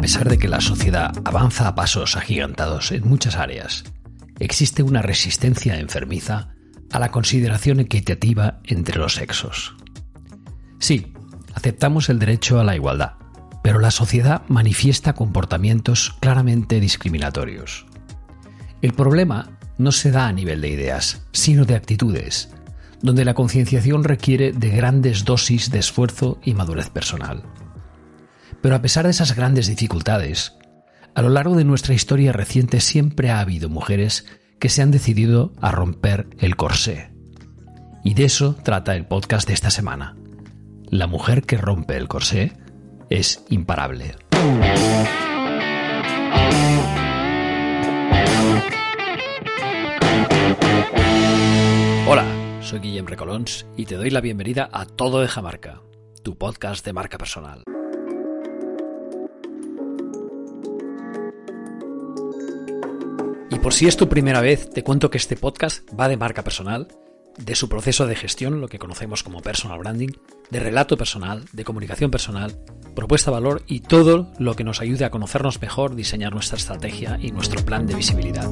pesar de que la sociedad avanza a pasos agigantados en muchas áreas, existe una resistencia enfermiza a la consideración equitativa entre los sexos. Sí, aceptamos el derecho a la igualdad, pero la sociedad manifiesta comportamientos claramente discriminatorios. El problema no se da a nivel de ideas, sino de actitudes, donde la concienciación requiere de grandes dosis de esfuerzo y madurez personal. Pero a pesar de esas grandes dificultades, a lo largo de nuestra historia reciente siempre ha habido mujeres que se han decidido a romper el corsé. Y de eso trata el podcast de esta semana. La mujer que rompe el corsé es imparable. Hola, soy Guillem Recolons y te doy la bienvenida a Todo Deja Marca, tu podcast de marca personal. Y por si es tu primera vez, te cuento que este podcast va de marca personal, de su proceso de gestión, lo que conocemos como personal branding, de relato personal, de comunicación personal, propuesta de valor y todo lo que nos ayude a conocernos mejor, diseñar nuestra estrategia y nuestro plan de visibilidad.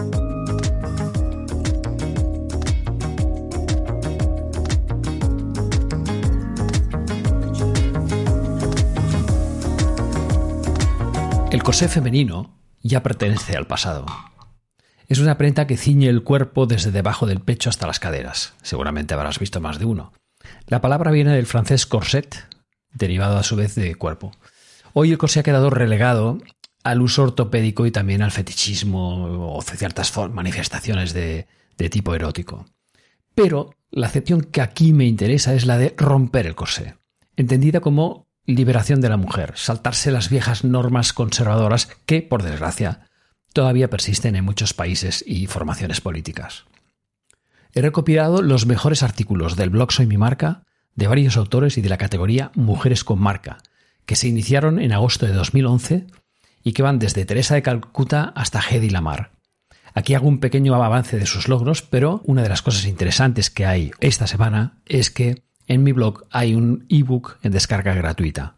El corsé femenino ya pertenece al pasado. Es una prenda que ciñe el cuerpo desde debajo del pecho hasta las caderas. Seguramente habrás visto más de uno. La palabra viene del francés corset, derivado a su vez de cuerpo. Hoy el corsé ha quedado relegado al uso ortopédico y también al fetichismo o ciertas manifestaciones de tipo erótico. Pero la acepción que aquí me interesa es la de romper el corsé, entendida como liberación de la mujer, saltarse las viejas normas conservadoras que, por desgracia, todavía persisten en muchos países y formaciones políticas. He recopilado los mejores artículos del blog Soy Mi Marca, de varios autores y de la categoría Mujeres con Marca, que se iniciaron en agosto de 2011 y que van desde Teresa de Calcuta hasta Hedy Lamar. Aquí hago un pequeño avance de sus logros, pero una de las cosas interesantes que hay esta semana es que en mi blog hay un ebook en descarga gratuita.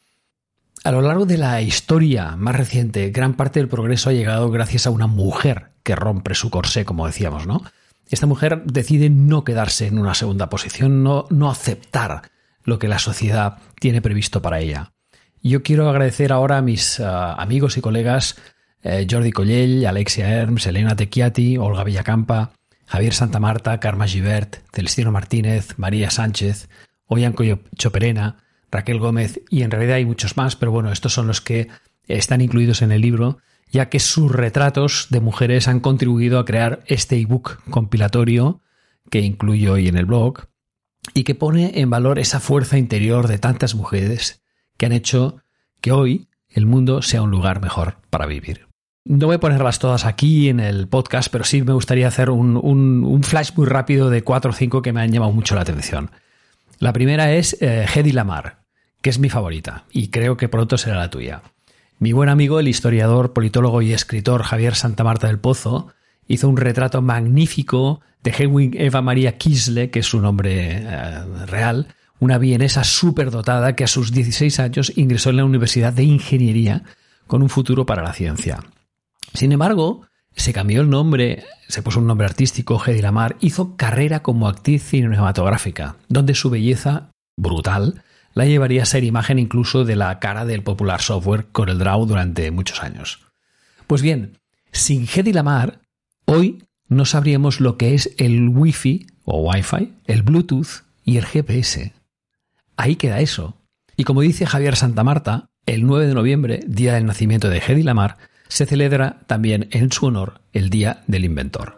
A lo largo de la historia más reciente, gran parte del progreso ha llegado gracias a una mujer que rompe su corsé, como decíamos, ¿no? Esta mujer decide no quedarse en una segunda posición, no aceptar lo que la sociedad tiene previsto para ella. Yo quiero agradecer ahora a mis amigos y colegas Jordi Collell, Alexia Herms, Elena Tecchiati, Olga Villacampa, Javier Santamarta, Carme Gibert, Celestino Martínez, María Sánchez, Ollán Choperena, Raquel Gómez y en realidad hay muchos más, pero bueno, estos son los que están incluidos en el libro, ya que sus retratos de mujeres han contribuido a crear este ebook compilatorio que incluyo hoy en el blog y que pone en valor esa fuerza interior de tantas mujeres que han hecho que hoy el mundo sea un lugar mejor para vivir. No voy a ponerlas todas aquí en el podcast, pero sí me gustaría hacer un flash muy rápido de 4 o 5 que me han llamado mucho la atención. La primera es Hedy Lamar, que es mi favorita y creo que pronto será la tuya. Mi buen amigo, el historiador, politólogo y escritor Javier Santamarta del Pozo, hizo un retrato magnífico de Hedwig Eva Maria Kiesle, que es su nombre real, una vienesa superdotada que a sus 16 años ingresó en la Universidad de Ingeniería con un futuro para la ciencia. Sin embargo, se cambió el nombre, se puso un nombre artístico, Hedy Lamar, hizo carrera como actriz cinematográfica, donde su belleza brutal la llevaría a ser imagen incluso de la cara del popular software CorelDRAW durante muchos años. Pues bien, sin Hedy Lamar, hoy no sabríamos lo que es el Wi-Fi o Wi-Fi, el Bluetooth y el GPS. Ahí queda eso. Y como dice Javier Santamarta, el 9 de noviembre, día del nacimiento de Hedy Lamar, se celebra también en su honor el Día del Inventor.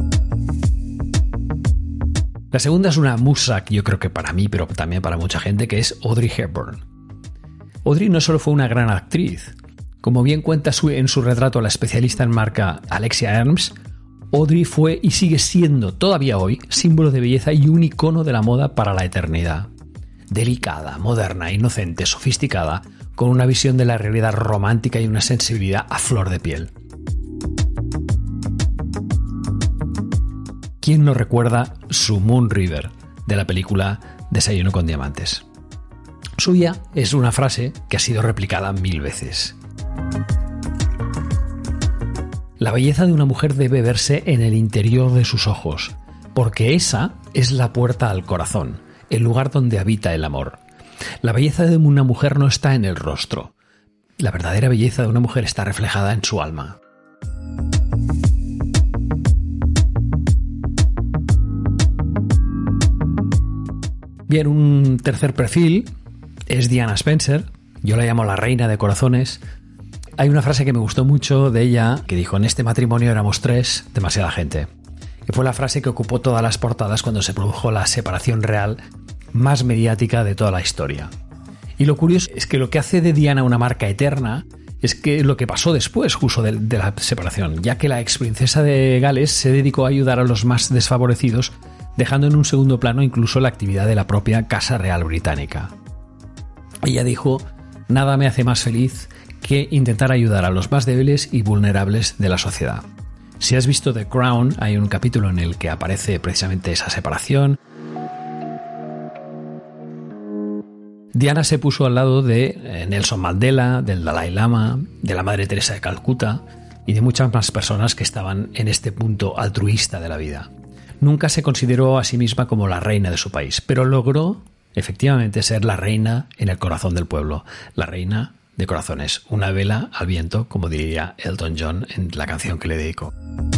La segunda es una musa que yo creo que para mí, pero también para mucha gente, que es Audrey Hepburn. Audrey no solo fue una gran actriz. Como bien cuenta en su retrato la especialista en marca Alexia Herms, Audrey fue y sigue siendo todavía hoy símbolo de belleza y un icono de la moda para la eternidad. Delicada, moderna, inocente, sofisticada, con una visión de la realidad romántica y una sensibilidad a flor de piel. ¿Quién no recuerda su Moon River de la película Desayuno con Diamantes? Suya es una frase que ha sido replicada 1000 veces. La belleza de una mujer debe verse en el interior de sus ojos, porque esa es la puerta al corazón, el lugar donde habita el amor. La belleza de una mujer no está en el rostro. La verdadera belleza de una mujer está reflejada en su alma. Bien, un tercer perfil es Diana Spencer. Yo la llamo la reina de corazones. Hay una frase que me gustó mucho de ella que dijo: en este matrimonio éramos 3, demasiada gente. Y fue la frase que ocupó todas las portadas cuando se produjo la separación real más mediática de toda la historia. Y lo curioso es que lo que hace de Diana una marca eterna es que lo que pasó después justo de la separación, ya que la ex princesa de Gales se dedicó a ayudar a los más desfavorecidos, dejando en un segundo plano incluso la actividad de la propia Casa Real Británica. Ella dijo: nada me hace más feliz que intentar ayudar a los más débiles y vulnerables de la sociedad. Si has visto The Crown, hay un capítulo en el que aparece precisamente esa separación. Diana se puso al lado de Nelson Mandela, del Dalai Lama, de la Madre Teresa de Calcuta y de muchas más personas que estaban en este punto altruista de la vida. Nunca se consideró a sí misma como la reina de su país, pero logró efectivamente ser la reina en el corazón del pueblo, la reina de corazones, una vela al viento, como diría Elton John en la canción que le dedicó.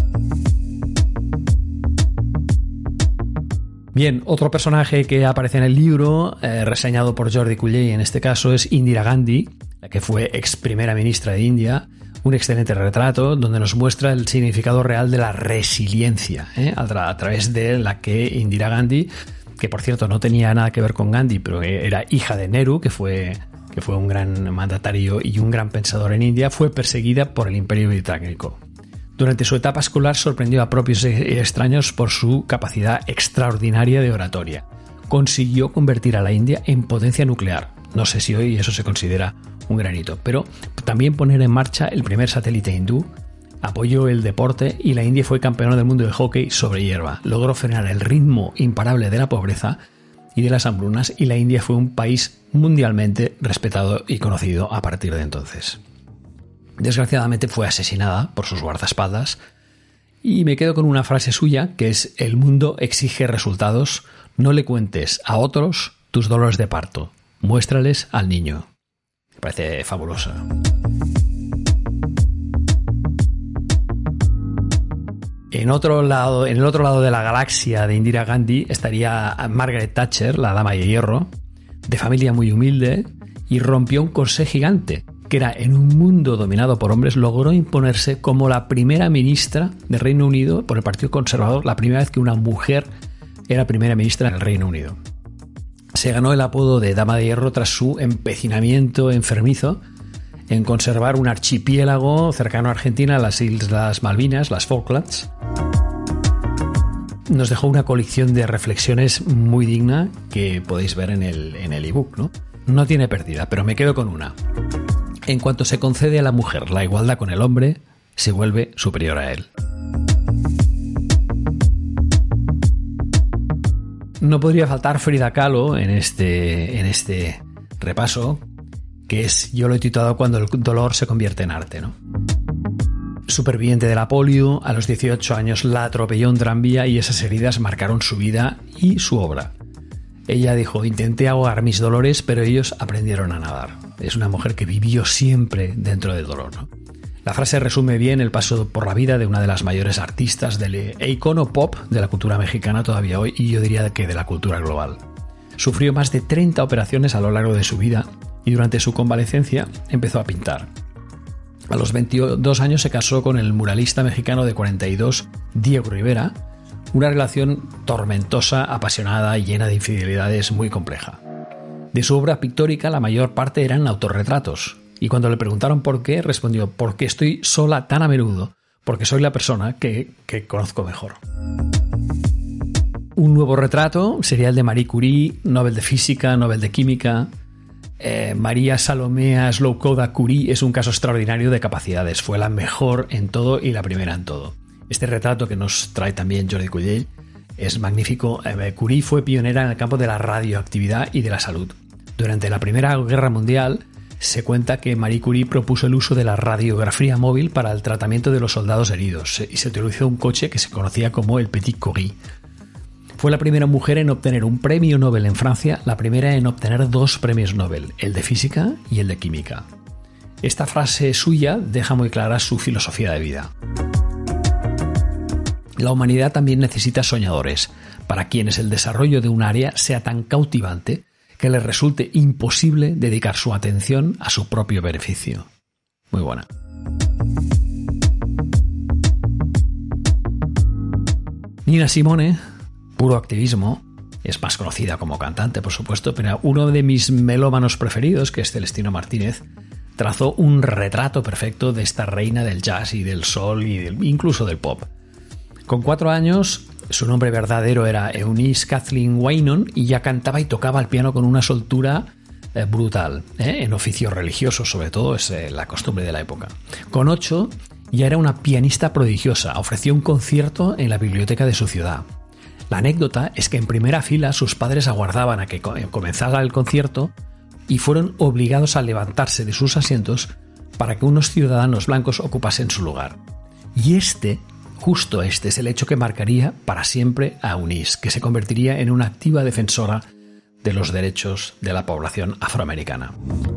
Bien, otro personaje que aparece en el libro, reseñado por Jordi Cullell en este caso, es Indira Gandhi, la que fue ex primera ministra de India. Un excelente retrato donde nos muestra el significado real de la resiliencia, a través de la que Indira Gandhi, que por cierto no tenía nada que ver con Gandhi, pero era hija de Nehru, que fue un gran mandatario y un gran pensador en India, fue perseguida por el Imperio Británico. Durante su etapa escolar sorprendió a propios y extraños por su capacidad extraordinaria de oratoria. Consiguió convertir a la India en potencia nuclear. No sé si hoy eso se considera un gran hito, pero también poner en marcha el primer satélite hindú, apoyó el deporte y la India fue campeona del mundo de hockey sobre hierba. Logró frenar el ritmo imparable de la pobreza y de las hambrunas, y la India fue un país mundialmente respetado y conocido a partir de entonces. Desgraciadamente fue asesinada por sus guardaespaldas y me quedo con una frase suya que es: el mundo exige resultados, no le cuentes a otros tus dolores de parto, muéstrales al niño. Me parece fabulosa. En el otro lado de la galaxia de Indira Gandhi estaría Margaret Thatcher, la dama de hierro, de familia muy humilde, y rompió un corsé gigante, que era en un mundo dominado por hombres, logró imponerse como la primera ministra del Reino Unido por el Partido Conservador, la primera vez que una mujer era primera ministra en el Reino Unido. Se ganó el apodo de Dama de Hierro tras su empecinamiento enfermizo en conservar un archipiélago cercano a Argentina, las Islas Malvinas, las Falklands. Nos dejó una colección de reflexiones muy digna que podéis ver en el ebook, ¿no? No tiene pérdida, pero me quedo con una. En cuanto se concede a la mujer la igualdad con el hombre, se vuelve superior a él. No podría faltar Frida Kahlo en este repaso, que yo lo he titulado Cuando el dolor se convierte en arte, ¿no? Superviviente de la polio, a los 18 años la atropelló un tranvía y esas heridas marcaron su vida y su obra. Ella dijo: intenté ahogar mis dolores, pero ellos aprendieron a nadar. Es una mujer que vivió siempre dentro del dolor, ¿no? La frase resume bien el paso por la vida de una de las mayores artistas e icono pop de la cultura mexicana todavía hoy, y yo diría que de la cultura global. Sufrió más de 30 operaciones a lo largo de su vida y durante su convalecencia empezó a pintar. A los 22 años se casó con el muralista mexicano de 42, Diego Rivera, una relación tormentosa, apasionada y llena de infidelidades muy compleja. De su obra pictórica la mayor parte eran autorretratos, y cuando le preguntaron por qué, respondió: porque estoy sola tan a menudo, porque soy la persona que conozco mejor. Un nuevo retrato sería el de Marie Curie, Nobel de Física, Nobel de Química. María Salomea Slowkowa Curie es un caso extraordinario de capacidades. Fue la mejor en todo y la primera en todo. Este retrato que nos trae también Jordi Cullell es magnífico. Curie fue pionera en el campo de la radioactividad y de la salud. Durante la Primera Guerra Mundial se cuenta que Marie Curie propuso el uso de la radiografía móvil para el tratamiento de los soldados heridos y se utilizó un coche que se conocía como el Petit Curie. Fue la primera mujer en obtener un premio Nobel en Francia, la primera en obtener 2 premios Nobel, el de física y el de química. Esta frase suya deja muy clara su filosofía de vida. La humanidad también necesita soñadores, para quienes el desarrollo de un área sea tan cautivante que les resulte imposible dedicar su atención a su propio beneficio. Muy buena. Nina Simone, puro activismo, es más conocida como cantante, por supuesto, pero uno de mis melómanos preferidos, que es Celestino Martínez, trazó un retrato perfecto de esta reina del jazz y del soul y incluso del pop. Con 4 años, su nombre verdadero era Eunice Kathleen Waynon y ya cantaba y tocaba el piano con una soltura brutal, en oficios religiosos, sobre todo, es la costumbre de la época. Con 8 ya era una pianista prodigiosa, ofreció un concierto en la biblioteca de su ciudad. La anécdota es que en primera fila sus padres aguardaban a que comenzara el concierto y fueron obligados a levantarse de sus asientos para que unos ciudadanos blancos ocupasen su lugar. Y justo este es el hecho que marcaría para siempre a Eunice, que se convertiría en una activa defensora de los derechos de la población afroamericana.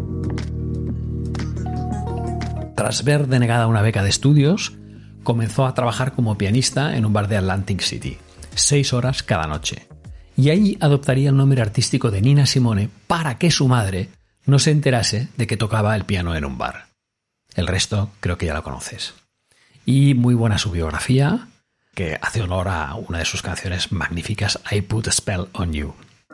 Tras ver denegada una beca de estudios, comenzó a trabajar como pianista en un bar de Atlantic City, 6 horas cada noche. Y ahí adoptaría el nombre artístico de Nina Simone para que su madre no se enterase de que tocaba el piano en un bar. El resto creo que ya lo conoces. Y muy buena su biografía, que hace honor a una de sus canciones magníficas, I Put a Spell on You.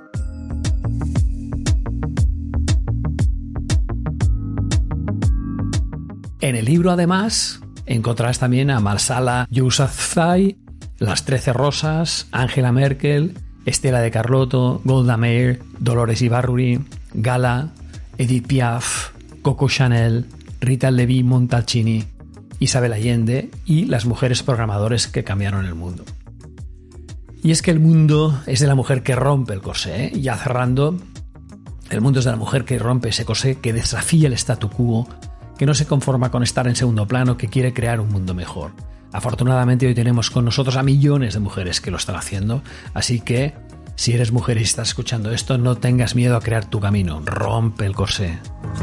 En el libro, además, encontrarás también a Malsala Yousafzai, Las 13 Rosas, Angela Merkel, Estela de Carlotto, Golda Meir, Dolores Ibarruri, Gala, Edith Piaf, Coco Chanel, Rita Levi Montalcini, Isabel Allende y las mujeres programadores que cambiaron el mundo. Y es que el mundo es de la mujer que rompe el corsé, ¿eh? Ya cerrando, el mundo es de la mujer que rompe ese corsé, que desafía el statu quo, que no se conforma con estar en segundo plano, que quiere crear un mundo mejor. Afortunadamente hoy tenemos con nosotros a millones de mujeres que lo están haciendo, así que si eres mujer y estás escuchando esto, no tengas miedo a crear tu camino, rompe el corsé.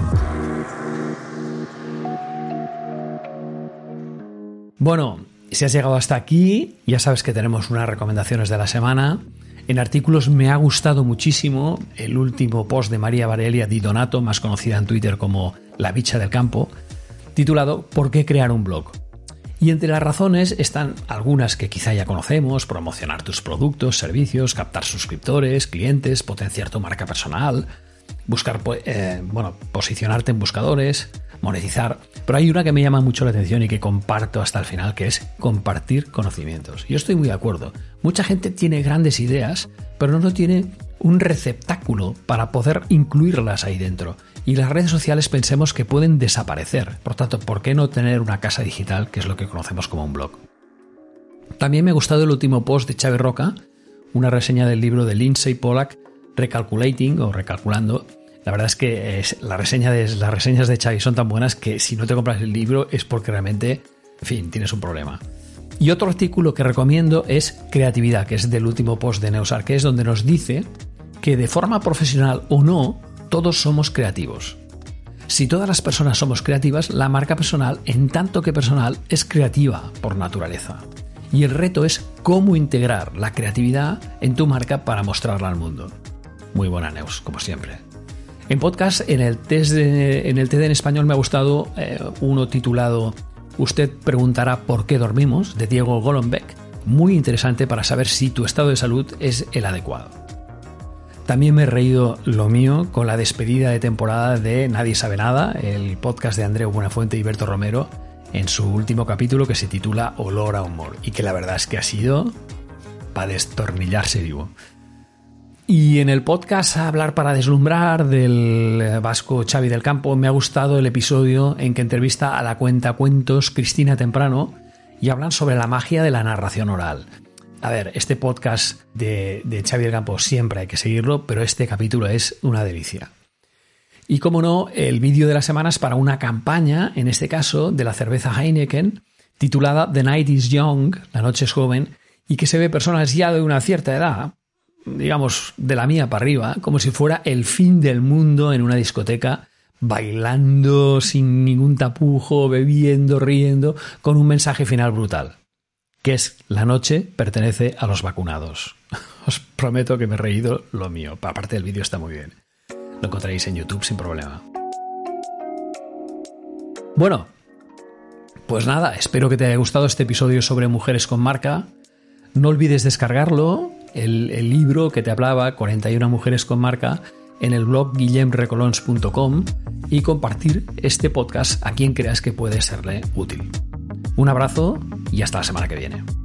Bueno, si has llegado hasta aquí, ya sabes que tenemos unas recomendaciones de la semana. En artículos me ha gustado muchísimo el último post de María Varelia Di Donato, más conocida en Twitter como La Bicha del Campo, titulado ¿Por qué crear un blog? Y entre las razones están algunas que quizá ya conocemos: promocionar tus productos, servicios, captar suscriptores, clientes, potenciar tu marca personal, buscar, posicionarte en buscadores, monetizar. Pero hay una que me llama mucho la atención y que comparto hasta el final, que es compartir conocimientos. Yo estoy muy de acuerdo. Mucha gente tiene grandes ideas, pero no tiene un receptáculo para poder incluirlas ahí dentro. Y las redes sociales pensemos que pueden desaparecer. Por tanto, ¿por qué no tener una casa digital, que es lo que conocemos como un blog? También me ha gustado el último post de Xavi Roca, una reseña del libro de Lindsay Pollack, Recalculating o Recalculando. La verdad es que las reseñas de Xavi son tan buenas que si no te compras el libro es porque realmente, en fin, tienes un problema. Y otro artículo que recomiendo es Creatividad, que es del último post de Neus Arqués, donde nos dice que de forma profesional o no, todos somos creativos. Si todas las personas somos creativas, la marca personal, en tanto que personal, es creativa por naturaleza. Y el reto es cómo integrar la creatividad en tu marca para mostrarla al mundo. Muy buena, Neus, como siempre. En podcast, en el TED en español me ha gustado uno titulado Usted preguntará por qué dormimos, de Diego Golombek, muy interesante para saber si tu estado de salud es el adecuado. También me he reído lo mío con la despedida de temporada de Nadie sabe nada, el podcast de Andreu Buenafuente y Berto Romero, en su último capítulo que se titula Olor a humor, y que la verdad es que ha sido para destornillarse vivo. Y en el podcast Hablar para deslumbrar del vasco Xavi del Campo me ha gustado el episodio en que entrevista a la cuentacuentos Cristina Temprano y hablan sobre la magia de la narración oral. A ver, este podcast de Xavi del Campo siempre hay que seguirlo, pero este capítulo es una delicia. Y como no, el vídeo de la semana es para una campaña, en este caso, de la cerveza Heineken, titulada The Night is Young, la noche es joven, y que se ve personas ya de una cierta edad, digamos, de la mía para arriba, como si fuera el fin del mundo en una discoteca, bailando sin ningún tapujo, bebiendo, riendo, con un mensaje final brutal, que es: la noche pertenece a los vacunados. Os prometo que me he reído lo mío. Aparte, el vídeo está muy bien. Lo encontraréis en YouTube sin problema. Bueno, pues nada, espero que te haya gustado este episodio sobre mujeres con marca. No olvides descargarlo, el libro que te hablaba, 41 mujeres con marca, en el blog guillemrecolons.com, y compartir este podcast a quien creas que puede serle útil. Un abrazo y hasta la semana que viene.